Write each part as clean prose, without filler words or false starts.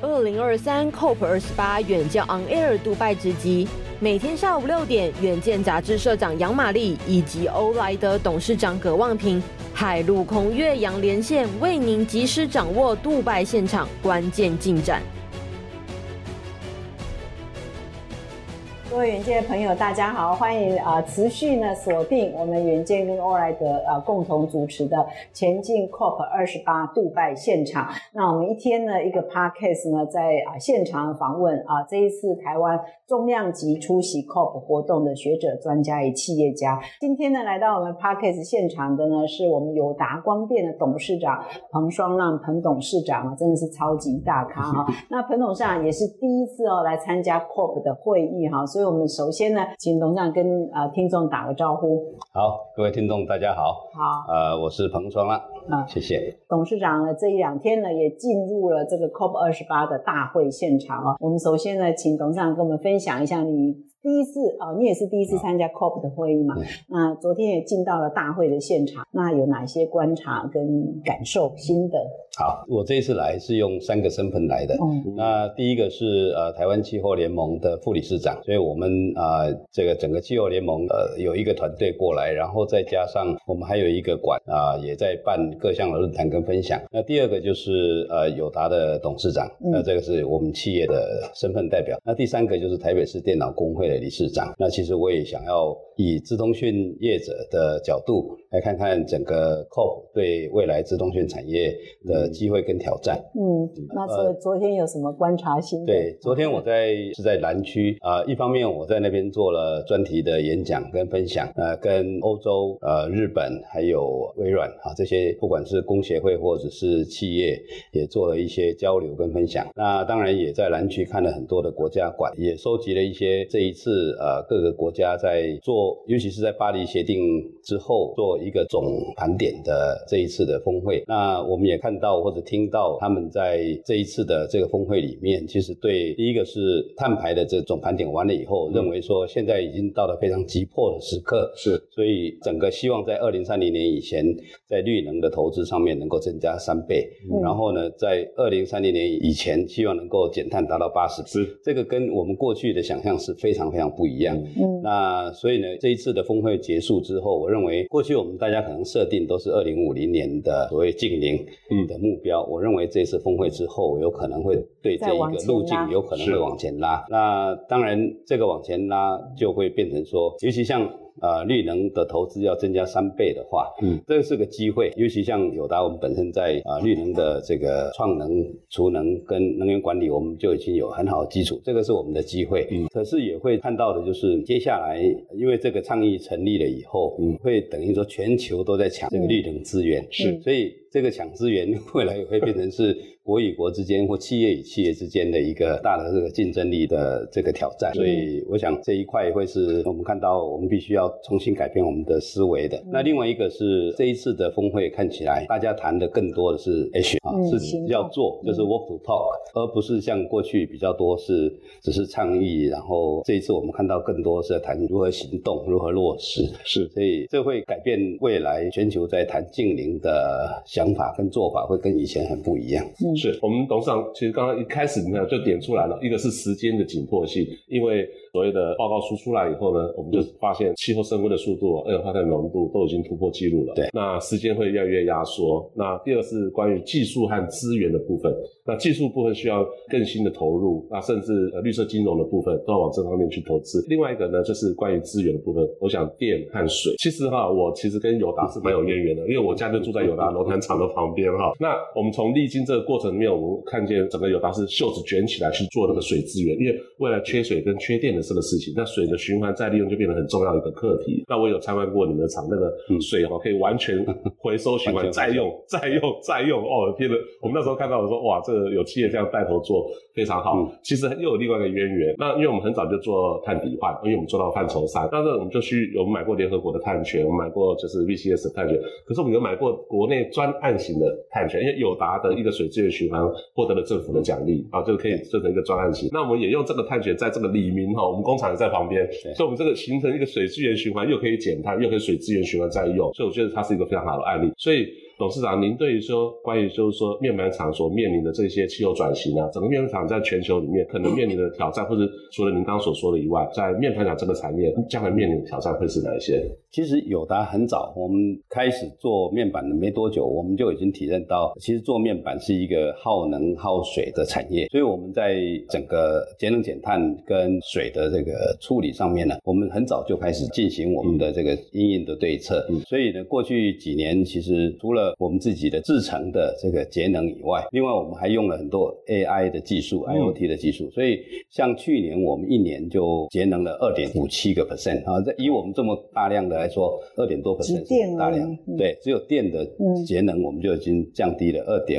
2023 COP28 远见 On Air 杜拜直击，每天下午6点，远见杂志社长杨玛丽以及欧莱德董事长葛望平，海陆空越洋连线，为您及时掌握杜拜现场关键进展。 各位远见的朋友大家好，欢迎持续呢锁定我们远见跟欧莱德共同主持的前进 COP28 杜拜现场。那我们一天呢一个 podcast 呢在现场访问这一次台湾重量级出席 COP 活动的学者专家与企业家。今天呢来到我们 podcast 现场的呢是我们友达光电的董事长彭双浪彭董事长真的是超级大咖那彭董事长也是第一次来参加 COP 的会议所以我们首先呢请董事长跟听众打个招呼。 好，各位听众大家好。 好， 我是彭双浪谢谢。 董事长呢这一两天呢也进入了这个 COP28 的大会现场我们首先呢请董事长跟我们分享一下你第一次你也是第一次参加 COP 的会议嘛那昨天也进到了大会的现场，那有哪些观察跟感受心得？ 好，我这一次来是用3个身份来的那第一个是台湾气候联盟的副理事长，所以我们这个整个气候联盟有一个团队过来，然后再加上我们还有一个馆也在办各项的论坛跟分享。那第二个就是友达的董事长那这个是我们企业的身份代表。那第3个就是台北市电脑工会的理事长。那其实我也想要以资通讯业者的角度来看看整个 COP 对未来资通讯产业的机会跟挑战。 那昨天有什么观察心得？ 对，昨天我是在南区一方面我在那边做了专题的演讲跟分享跟欧洲日本还有微软这些不管是工协会或者是企业也做了一些交流跟分享。那当然也在南区看了很多的国家馆，也收集了一些这一次各个国家在做，尤其是在巴黎协定之后做一个总盘点的这一次的峰会。那我们也看到或者听到他们在这一次的这个峰会里面，其实对第一个是碳排的这总盘点完了以后认为说现在已经到了非常急迫的时刻， 是， 所以整个希望在2030年以前在绿能的投资上面能够增加3倍然后呢在2030年以前希望能够减碳达到80%，这个跟我们过去的想象是非常非常不一样那所以呢这一次的峰会结束之后，我认为过去我们大家可能设定都是2050年的所谓净零的目标我认为这次峰会之后有可能会对这一个路径有可能会往前拉。那当然这个往前拉就会变成说，尤其像绿能的投资要增加3倍的话这是个机会，尤其像友达我们本身在绿能的这个创能储能跟能源管理我们就已经有很好的基础，这个是我们的机会可是也会看到的就是接下来因为这个倡议成立了以后会等于说全球都在抢这个绿能资源所以这个抢资源未来也会变成是国与国之间或企业与企业之间的一个大的这个竞争力的这个挑战所以我想这一块会是我们看到我们必须要重新改变我们的思维的那另外一个是这一次的峰会看起来大家谈的更多的是 action 是要做就是 work to talk 而不是像过去比较多是只是倡议，然后这一次我们看到更多是在谈如何行动如何落实所以这会改变未来全球在谈净零的想法跟做法会跟以前很不一样是我们董事长其实刚刚一开始就点出来了，一个是时间的紧迫性，因为所谓的报告书出来以后呢我们就发现气候升温的速度二氧化碳浓度都已经突破纪录了对，那时间会越来越压缩。那第二个是关于技术和资源的部分，那技术部分需要更新的投入，那甚至绿色金融的部分都要往这方面去投资。另外一个呢就是关于资源的部分，我想电和水其实我其实跟友达是蛮有渊源的，因为我家就住在友达龙潭厂的旁边那我们从历经这个过程里面我们看见整个友达是袖子卷起来去做那个水资源，因为未来缺水跟缺电的这个事情，那水的循环再利用就变得很重要的一个课题。那我有参观过你们的厂，那个水可以完全回收循环再用天哪，我们那时候看到的说哇这个有企业这样带头做非常好其实又有另外一个渊源。那因为我们很早就做碳抵换，因为我们做到范畴3，但是我们就我们买过联合国的碳权，我们买过就是 VCS 的碳权，可是我们有买过国内专案型的碳权，因为友达的一个水资源循环获得了政府的奖励这个可以做成一个专案型。那我们也用这个碳权在这个里民我们工厂也在旁边，所以我们这个形成一个水资源循环，又可以减碳又可以水资源循环再用，所以我觉得它是一个非常好的案例。所以董事长，您对于说关于就是说面板厂所面临的这些气候转型啊，整个面板厂在全球里面可能面临的挑战，或者除了您刚刚所说的以外，在面板厂这个产业将来面临的挑战会是哪一些？ 其实友达很早，我们开始做面板的没多久，我们就已经体认到，其实做面板是一个耗能耗水的产业，所以我们在整个节能减碳跟水的这个处理上面呢，我们很早就开始进行我们的这个因应的对策。所以呢，过去几年其实除了我们自己的制程的这个节能以外，另外我们还用了很多 AI 的技术、IoT 的技术，所以像去年我们一年就节能了 2.57% 啊，以我们这么大量的来说 2.多% 是大量，对，只有电的节能我们就已经降低了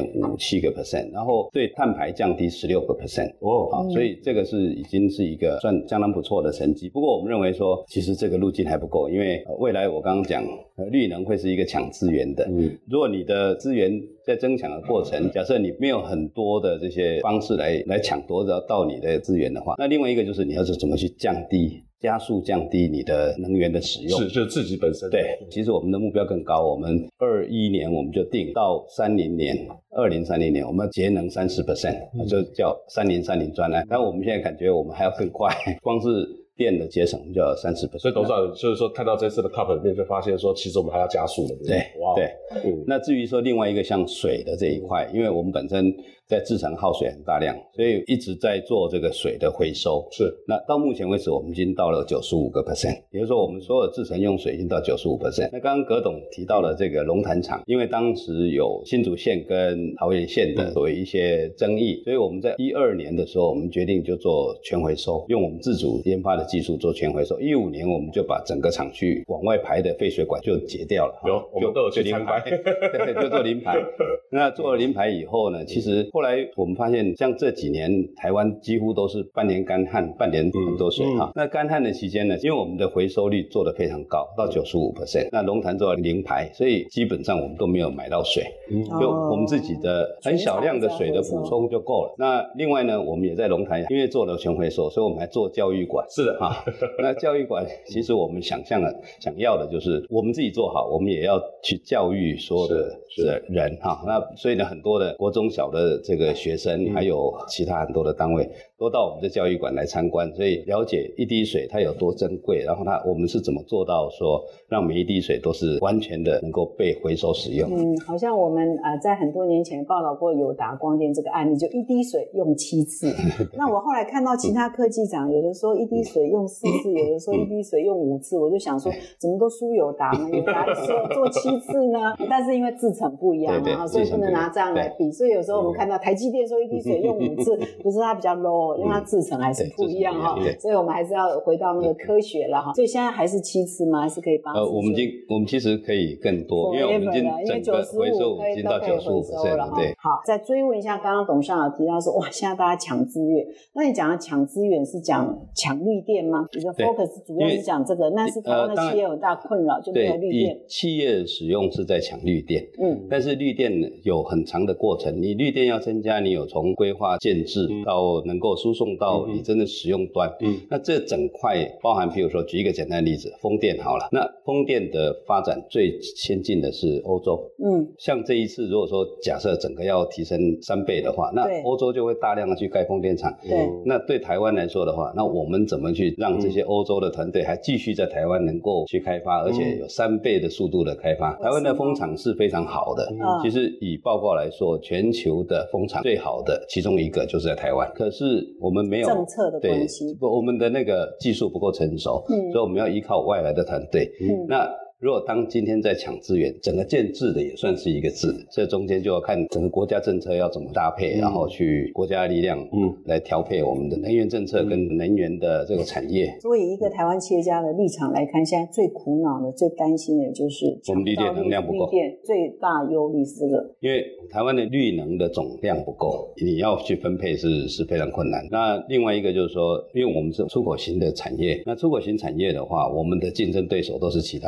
2.57%， 然后对碳排降低 16% 所以这个是已经是一个算相当不错的成绩。不过我们认为说其实这个路径还不够，因为未来我刚刚讲绿能会是一个抢资源的，如果你的资源在增强的过程，假设你没有很多的这些方式来抢夺到你的资源的话，那另外一个就是你要是怎么去加速降低你的能源的使用， 是就自己本身。 对，其实我们的目标更高，我们21年我们就定到2030年我们要节能 30%， 就叫3030专案。但我们现在感觉我们还要更快，光是电的节省就要 30%。 所以董事长就是说看到这次的 COP 里面就发现说其实我们还要加速了。 对，那至于说另外一个像水的这一块，因为我们本身在制程耗水很大量，所以一直在做这个水的回收。 是， 那到目前为止我们已经到了 95%， 也就是说我们所有制程用水已经到 95%。 那刚刚葛董提到了这个龙潭厂，因为当时有新竹县跟桃园县的所谓一些争议，所以我们在12年的时候我们决定就做全回收，用我们自主研发的技术做全回收。15年我们就把整个厂区往外排的废水管就截掉了， 我们都有去参观， 对，就做零排。那做了零排以后呢，其实后来我们发现像这几年台湾几乎都是半年干旱半年很多水那干旱的期间呢，因为我们的回收率做得非常高，到 95%， 那龙潭做了零排，所以基本上我们都没有买到水，就我们自己的很小量的水的补充就够了。那另外呢，我们也在龙潭因为做了全回收，所以我们还做教育馆。 是的那教育馆其实我们想要的就是我们自己做好，我们也要去教育所有的人那所以呢，很多的国中小的这个学生还有其他很多的单位都到我们的教育馆来参观，所以了解一滴水它有多珍贵，然后我们是怎么做到说让每一滴水都是完全的能够被回收使用。 好像我们在很多年前报道过友达光电这个案例，就一滴水用7次那我后来看到其他科技厂有的说一滴水用4次，有的说一滴水用5次，我就想说怎么都输友达呢？友达做7次呢？但是因为制程不一样嘛，所以不能拿这样来比。所以有时候我们看到台积电说一滴水用5次，不是它比较 low， 因为它制程还是不一样所以我们还是要回到那个科学了所以现在还是7次吗？还是可以8次？ 我们其实可以更多，因为我们已经整个回收已经到 95% 了。对， 好，再追问一下，刚刚董事长有提到说，哇，现在大家抢资源，那你讲的抢资源是讲抢绿电吗？你的 focus 主要是讲这个，那是台湾的企业有很大困扰，就没有绿电。 企业使用是在抢绿电，但是绿电有很长的过程，你绿电要增加，你有从规划建制到能够输送到你真的使用端，那这整块包含，譬如说举一个简单的例子，风电好了，那风电的发展最先进的是欧洲，像这一次如果说假设整个要提升3倍的话，那欧洲就会大量的去盖风电场，那对台湾来说的话，那我们怎么去让这些欧洲的团队还继续在台湾能够去开发，而且有3倍的速度的开发？台湾的风场是非常好的，其实以报告来说，全球的风场最好的其中一个就是在台湾，可是我们没有政策的关系， 我们的那个技术不够成熟，所以我们要依靠外来的团队。那如果当今天在抢资源，整个建制的也算是一个制，这中间就要看整个国家政策要怎么搭配，然后去国家力量来调配我们的能源政策跟能源的这个产业。 所以一个台湾企业家的立场来看，现在最苦恼的、最担心的就是我们绿电能量不够， 绿电最大忧虑是这个， 因为台湾的绿能的总量不够，你要去分配是非常困难。那另外一个就是说，因为我们是出口型的产业，那出口型产业的话，我们的竞争对手都是其他的国家。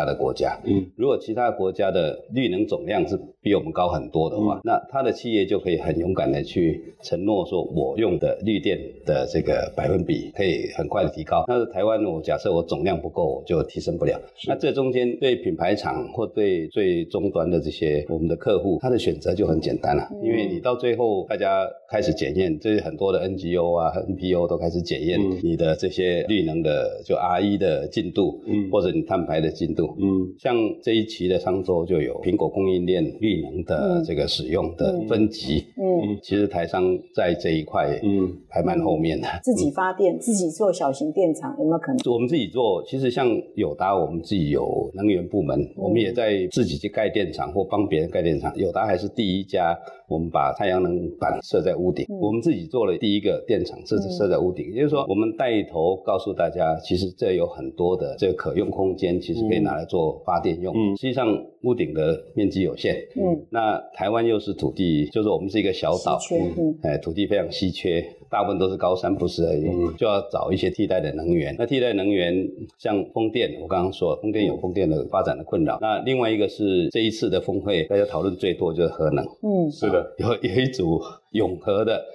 家。如果其他国家的绿能总量是比我们高很多的话，那他的企业就可以很勇敢的去承诺说，我用的绿电的这个百分比可以很快的提高。但是台湾我假设我总量不够，我就提升不了。那这中间对品牌厂或对最终端的这些我们的客户，他的选择就很简单了，因为你到最后大家开始检验，这很多的 NGO 啊 NPO 都开始检验你的这些绿能的就 RE 的进度，或者你碳排的进度。像这一期的商周就有苹果供应链绿能的这个使用的分级。其实台商在这一块还蛮后面的。 自己发电，自己做小型电厂有没有可能？ 我们自己做，其实像友达，我们自己有能源部门，我们也在自己去盖电厂或帮别人盖电厂。友达还是第一家，我们把太阳能板设在屋顶，我们自己做了第一个电厂设在屋顶。也就是说，我们带头告诉大家，其实这有很多的这个可用空间，其实可以拿来做发电用。实际上屋顶的面积有限，那台湾又是土地，就是我们是一个小岛，土地非常稀缺，大部分都是高山不是而已，就要找一些替代的能源。那替代能源像风电，我刚刚说了，风电有风电的发展的困扰。那另外一个是这一次的峰会大家讨论最多就是核能。 是的， 有一组永核的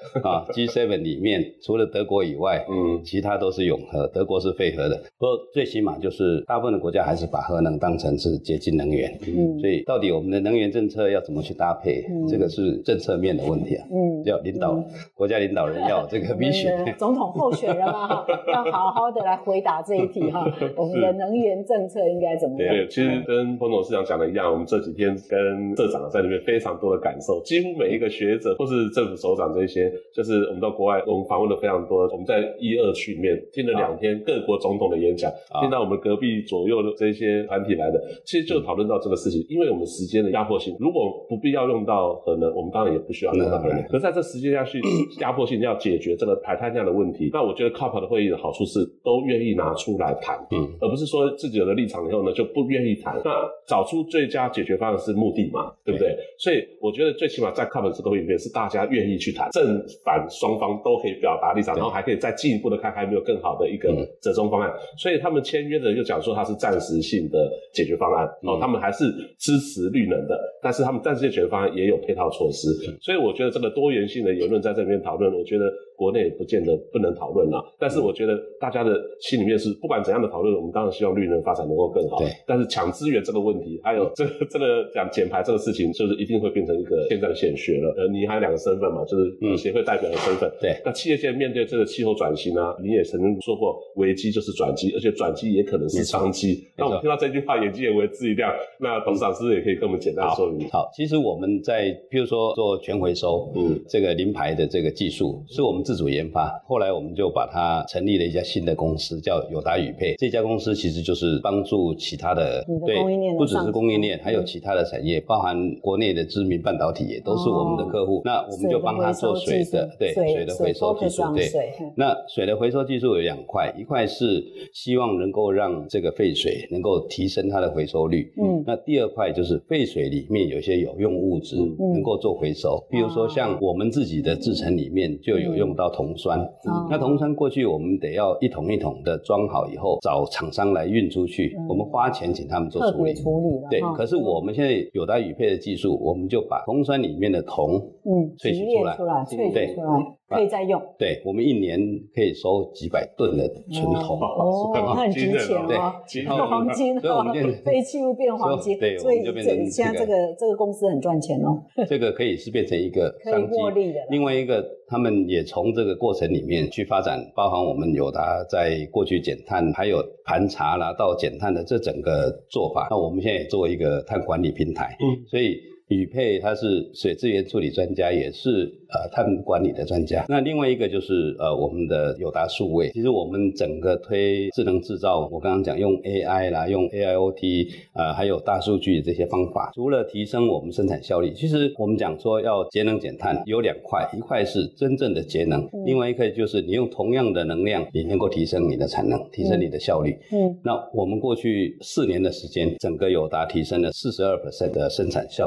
G7 里面除了德国以外，其他都是永核，德国是废核的。不过最起码就是大部分的国家还是把核能当成是洁净能源。所以到底我们的能源政策要怎么去搭配，这个是政策面的问题啊。要国家领导人要有这个 vision。 总统候选人嘛，要好好的来回答这一题哈。我们的能源政策应该怎么样？ 对，其实跟彭董事长讲的一样，我们这几天跟社长在那边非常多的感受，几乎每一个学者或是政府首长这些，就是我们到国外，我们访问了非常多，我们在1、2区里面听了2天各国总统的演讲，听到我们隔壁左右的这些团体来的，其实就讨论到这个事情，因为我们时间的压迫性，如果不必要用到核能，我们当然也不需要用到核能。可是在这时间下去，压迫性要解决这个排碳量的问题，那我觉得 COP 的会议的好处是都愿意拿出来谈，而不是说自己有了立场以后呢就不愿意谈。那找出最佳解决方案是目的嘛，对不对？所以我觉得最起码在 COP 这个会议里面是大家愿意去谈，正反双方都可以表达立场，然后还可以再进一步的看看有没有更好的一个折中方案。所以他们签约的就讲说它是暂时性的解决方案，他们还是支持绿能的，但是他们暂时性解决方案也有配套措施。所以我觉得这个多元性的言论在这边讨论，我觉得国内也不见得不能讨论啦。但是我觉得大家的心里面是不管怎样的讨论，我们当然希望绿能发展能够更好。但是抢资源这个问题，还有这个讲减排这个事情，就是一定会变成一个现在的显学了。你还有2个身份嘛，就是协会代表的身份。对，那企业界面对这个气候转型啊，你也曾经说过，危机就是转机，而且转机也可能是商机。那我们听到这句话，眼睛也为之一亮。那董事长是不是也可以跟我们简单说明？ 好，其实我们在譬如说做全回收，这个零排的这个技术是我们自主研发，后来我们就把它成立了一家新的公司，叫友达宇配。这家公司其实就是帮助其他的，对，不只是供应链，还有其他的产业，包含国内的知名半导体也都是我们的客户。那我们就帮他做水的，对，水的回收技术。对，那水的回收技术有2块，一块是希望能够让这个废水能够提升它的回收率。那第2块就是废水里面有一些有用物质能够做回收，比如说像我们自己的制程里面就有用到铜酸。那铜酸过去我们得要一桶一桶的装好以后找厂商来运出去，我们花钱请他们做处理。对，可是我们现在友达宇配的技术，我们就把铜酸里面的铜萃取出来， 萃取出来可以再用。 对，我们1年可以收几百吨的纯铜。 那很值钱哦，黄金哦，废弃物变黄金。 对， 所以现在这个公司很赚钱哦。 这个可以是变成一个商机， 可以获利的。 另外一个，他们也从这个过程里面去发展，包含我们友达在过去减碳，还有盘查啦到减碳的这整个做法。那我们现在也做一个碳管理平台，所以宇配它是水资源处理专家，也是碳管理的专家。那另外一个就是我们的友达数位，其实我们整个推智能制造，我刚刚讲用 AI 啦，用 AIoT 还有大数据这些方法，除了提升我们生产效率，其实我们讲说要节能减碳有2块，一块是真正的节能，另外一块就是你用同样的能量，你能够提升你的产能，提升你的效率。那我们过去4年的时间，整个友达提升了42% 的生产效率。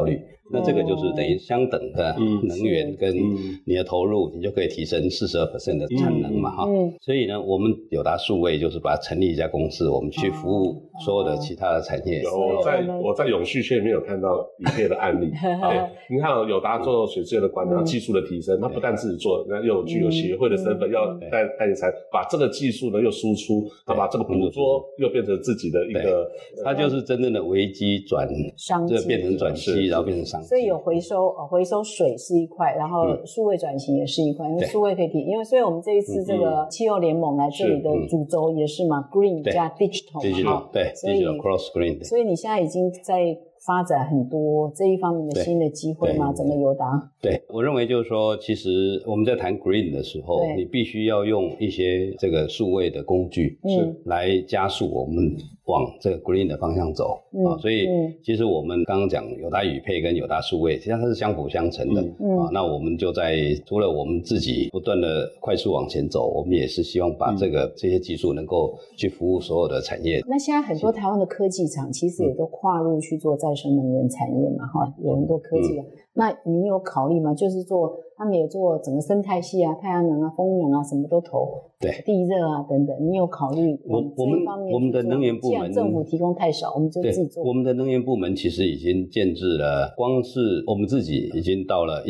那这个就是等于相等的能源跟你的投入，你就可以提升42% 的产能嘛哈。所以呢，我们友达数位就是把它成立一家公司，我们去服务所有的其他的产业。 我在永续圈里面有看到一片的案例。对，你看友达做水资源的管理，技术的提升，它不但自己做，那又具有协会的身份，要带领产，把这个技术呢又输出，把这个捕捉又变成自己的一个， 它就是真正的危机转商机，变成转机，然后变成商机。 所以有回收水是一块，然后数位转型也是一块，因为数位可以提，因为所以我们这一次这个气候联盟来这里的主轴也是嘛 ，Green 加 Digital， 对 ，Digital Cross Green。 所以你现在已经在发展很多这一方面的新的机会吗？整个友达？ 对，我认为就是说，其实我们在谈 green 的时候，你必须要用一些这个数位的工具，来加速我们往这个 green 的方向走啊。所以其实我们刚刚讲友达宇配跟友达数位，实际上它是相辅相成的啊。那我们就在除了我们自己不断的快速往前走，我们也是希望把这些技术能够去服务所有的产业。 那现在很多台湾的科技厂其实也都跨入去做再生能源产业嘛，哈，有很多科技啊。那你有考虑吗？就是他们也做整个生态系啊，太阳能啊、风能啊，什么都投， 对， 地热啊等等。你有考虑我们的能源部门， 既然政府提供太少，我们就自己做。 我们的能源部门其实已经建制了，光是我们自己已经到了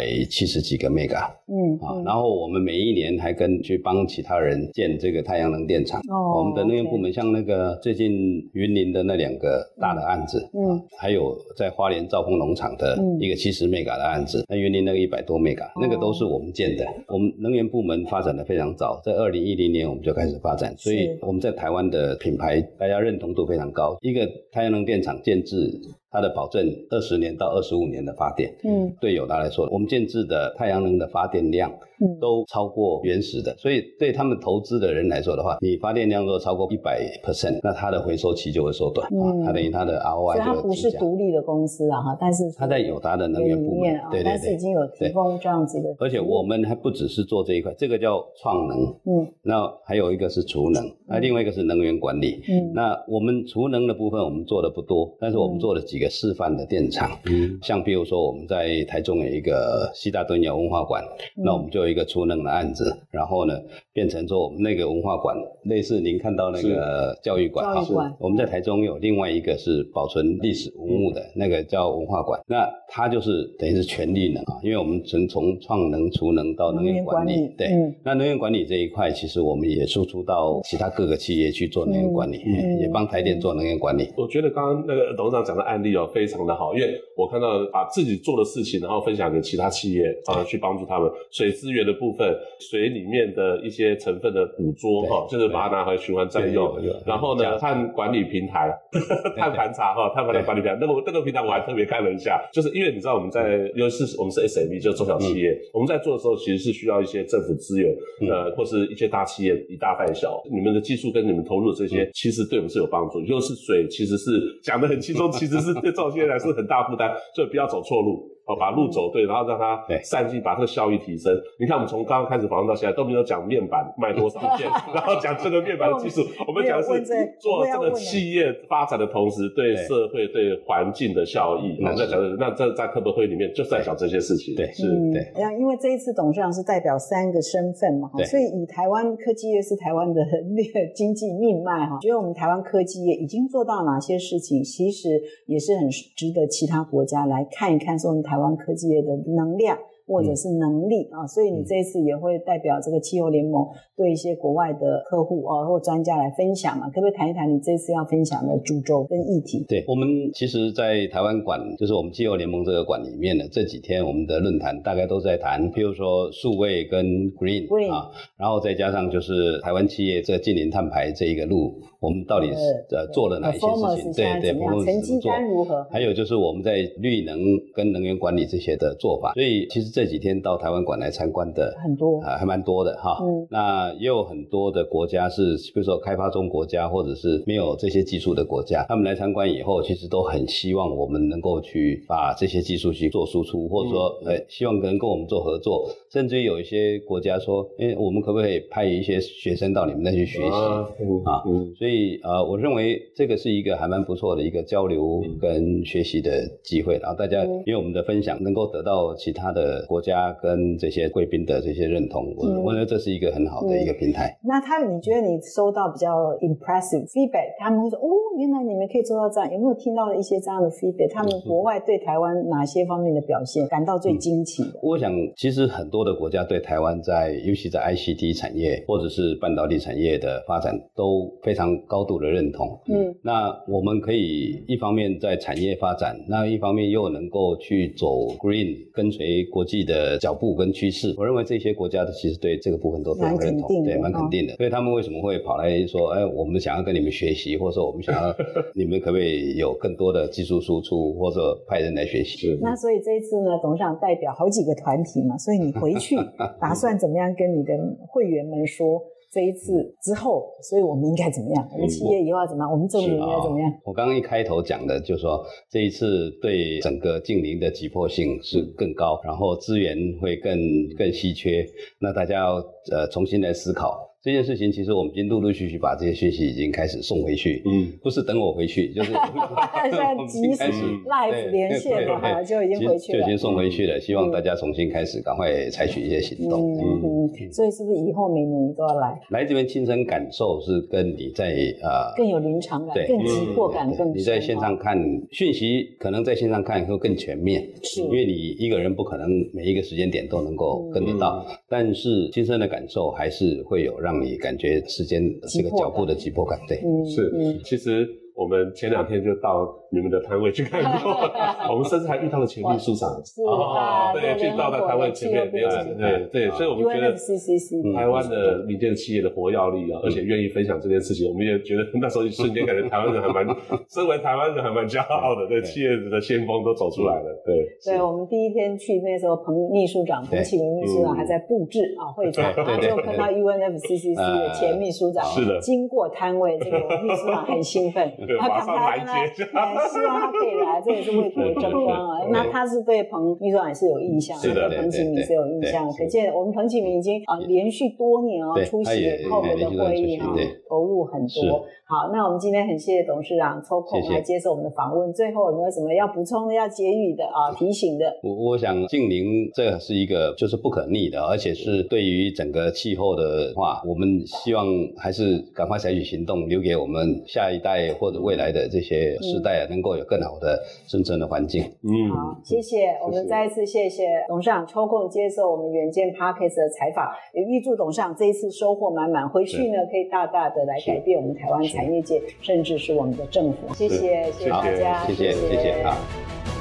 170几个 mega，然后我们每一年还去帮其他人建这个太阳能电厂。我们的能源部门像那个最近云林的那2个大的案子，还有在花莲兆丰农场的一个70 mega 的案子，那云林那个100多 mega，那个都是我们建的。我们能源部门发展的非常早，在2010年我们就开始发展，所以我们在台湾的品牌大家认同度非常高。一个太阳能电厂建制，它的保证20年到25年的发电，对友达来说，我们建制的太阳能的发电量都超过原始的，所以对他们投资的人来说的话，你发电量如果超过100%，那它的回收期就会缩短，它等于它的 ROI 就会增加。所以它不是独立的公司啊，但是它在友达的能源部门，对， 但是已经有提供这样子的。 而且我们还不只是做这一块，这个叫创能，那还有一个是储能，那另外一个是能源管理。那我们储能的部分我们做的不多，但是我们做了几个示范的电厂，像比如说我们在台中有一个西大墩窑文化馆，那我们就有一个储能的案子，然后呢变成说我们那个文化馆类似您看到那个教育馆，我们在台中有另外一个是保存历史文物的那个叫文化馆，那它就是等于是全力能啊，因为我们从创能、储能到能源管理，对，那能源管理这一块其实我们也输出到其他各个企业去做能源管理，也帮台电做能源管理。 我觉得刚刚那个董事长讲的案例非常的好，因为我看到把自己做的事情然后分享给其他企业去帮助他们。水资源的部分，水里面的一些成分的捕捉就是把它拿回循环再用，然后呢碳管理平台碳盘查碳盘的管理平台，那个平台我还特别看了一下，就是因为你知道我们尤其是我们是 SME 就是中小企业，我们在做的时候其实是需要一些政府资源或是一些大企业以大带小，你们的技术跟你们投入的这些其实对我们是有帮助，就是水其实是讲得很轻松，其实是对中小企业来说很大负担，所以不要走错路，把路走对，然后让它散尽，把这个效益提升。你看我们从刚刚开始访问到现在都没有讲面板卖多少件然后讲这个面板的技术，我们讲的是做这个企业发展的同时对社会对环境的效益，我们在讲的那在科博会里面就是在讲这些事情。 对，是，对。 因为这一次董事长是代表3个身份嘛，所以以台湾科技业是台湾的经济命脉哈，觉得我们台湾科技业已经做到哪些事情，其实也是很值得其他国家来看一看，说我们台湾科技业的能量或者是能力所以你这一次也会代表这个气候联盟对一些国外的客户或专家来分享嘛？可不可以谈一谈你这次要分享的主轴跟议题？ 对，我们其实在台湾馆，就是我们气候联盟这个馆里面呢，这几天我们的论坛大概都在谈，譬如说数位跟 green 然后再加上就是台湾企业这近零碳排这一个路，我们到底做了哪一些事情？对， 成绩单如何？ 还有就是我们在绿能跟能源管理这些的做法，所以其实这几天到台湾馆来参观的很多， 还蛮多的哈。那也有很多的国家是，比如说开发中国家或者是没有这些技术的国家，他们来参观以后，其实都很希望我们能够去把这些技术去做输出，或者说希望能跟我们做合作，甚至于有一些国家说，我们可不可以派一些学生到你们那去学习所以我认为这个是一个还蛮不错的一个交流跟学习的机会，然后大家因为我们的分享能够得到其他的国家跟这些贵宾的这些认同，我觉得这是一个很好的一个平台。 那你觉得你收到比较 impressive feedback， 他们会说原来你们可以做到这样，有没有听到一些这样的 feedback？ 他们国外对台湾哪些方面的表现感到最惊奇的？ 我想其实很多的国家对台湾尤其在 ICT 产业或者是半导体产业的发展都非常高度的认同。那我们可以一方面在产业发展，那一方面又能够去走 green， 跟随国际的脚步跟趋势。我认为这些国家的其实对这个部分都非常认同，对，蛮肯定的。所以他们为什么会跑来说，我们想要跟你们学习，或者说我们想要你们可不可以有更多的技术输出，或者派人来学习？ 那所以这一次呢，董事长代表好几个团体嘛，所以你回去打算怎么样跟你的会员们说？这一次之后，所以我们应该怎么样？我们企业以后要怎么样？我们政府应该怎么样？ 我刚刚一开头讲的就是说，这一次对整个净零的急迫性是更高，然后资源会更稀缺，那大家要重新来思考。这件事情其实我们已经陆陆续续把这些讯息已经开始送回去，不是等我回去，就是现在即时 live 连线了哈，就已经回去了， 就已经送回去了。希望大家重新开始，赶快采取一些行动。 所以是不是以后每年都要来这边亲身感受，是跟你在更有临场感、更急迫感、更你在线上看讯息，可能在线上看会更全面，因为你一个人不可能每一个时间点都能够跟得到，但是亲身的感受还是会有让你感觉时间这个脚步的急迫感。对， 其实我们前2天就到你们的摊位去看过，我们甚至还遇到了前秘书长，对，去到他摊位前面，对，所以我们觉得台湾的民间企业的活跃力而且愿意分享这件事情，我们也觉得那时候一瞬间感觉台湾人身为台湾人还蛮骄傲的，对，企业的先锋都走出来了， 对，我们第一天去那时候彭启明秘书长还在布置会场，然后就看到 UNFCCC 的前秘书长经过摊位，这个秘书长很兴奋。 马上来接， 希望他可以来，这也是为国争光啊。那他是对彭秘书长也是有印象，对彭启明是有印象。可见我们彭启明已经连续多年出席COP的会议投入很多。好，那我们今天很谢谢董事长抽空来接受我们的访问。最后有没有什么要补充的、要结语的提醒的？ 我想净零这是一个就是不可逆的，而且是对于整个气候的话，我们希望还是赶快采取行动，留给我们下一代或者未来的这些世代能够有更好的生存的环境。 好，谢谢。我们再一次谢谢董事长抽空接受我们远见 Podcast 的采访，也预祝董事长这一次收获满满，回去呢可以大大的来改变我们台湾产业界，甚至是我们的政府。谢谢大家， 谢谢好。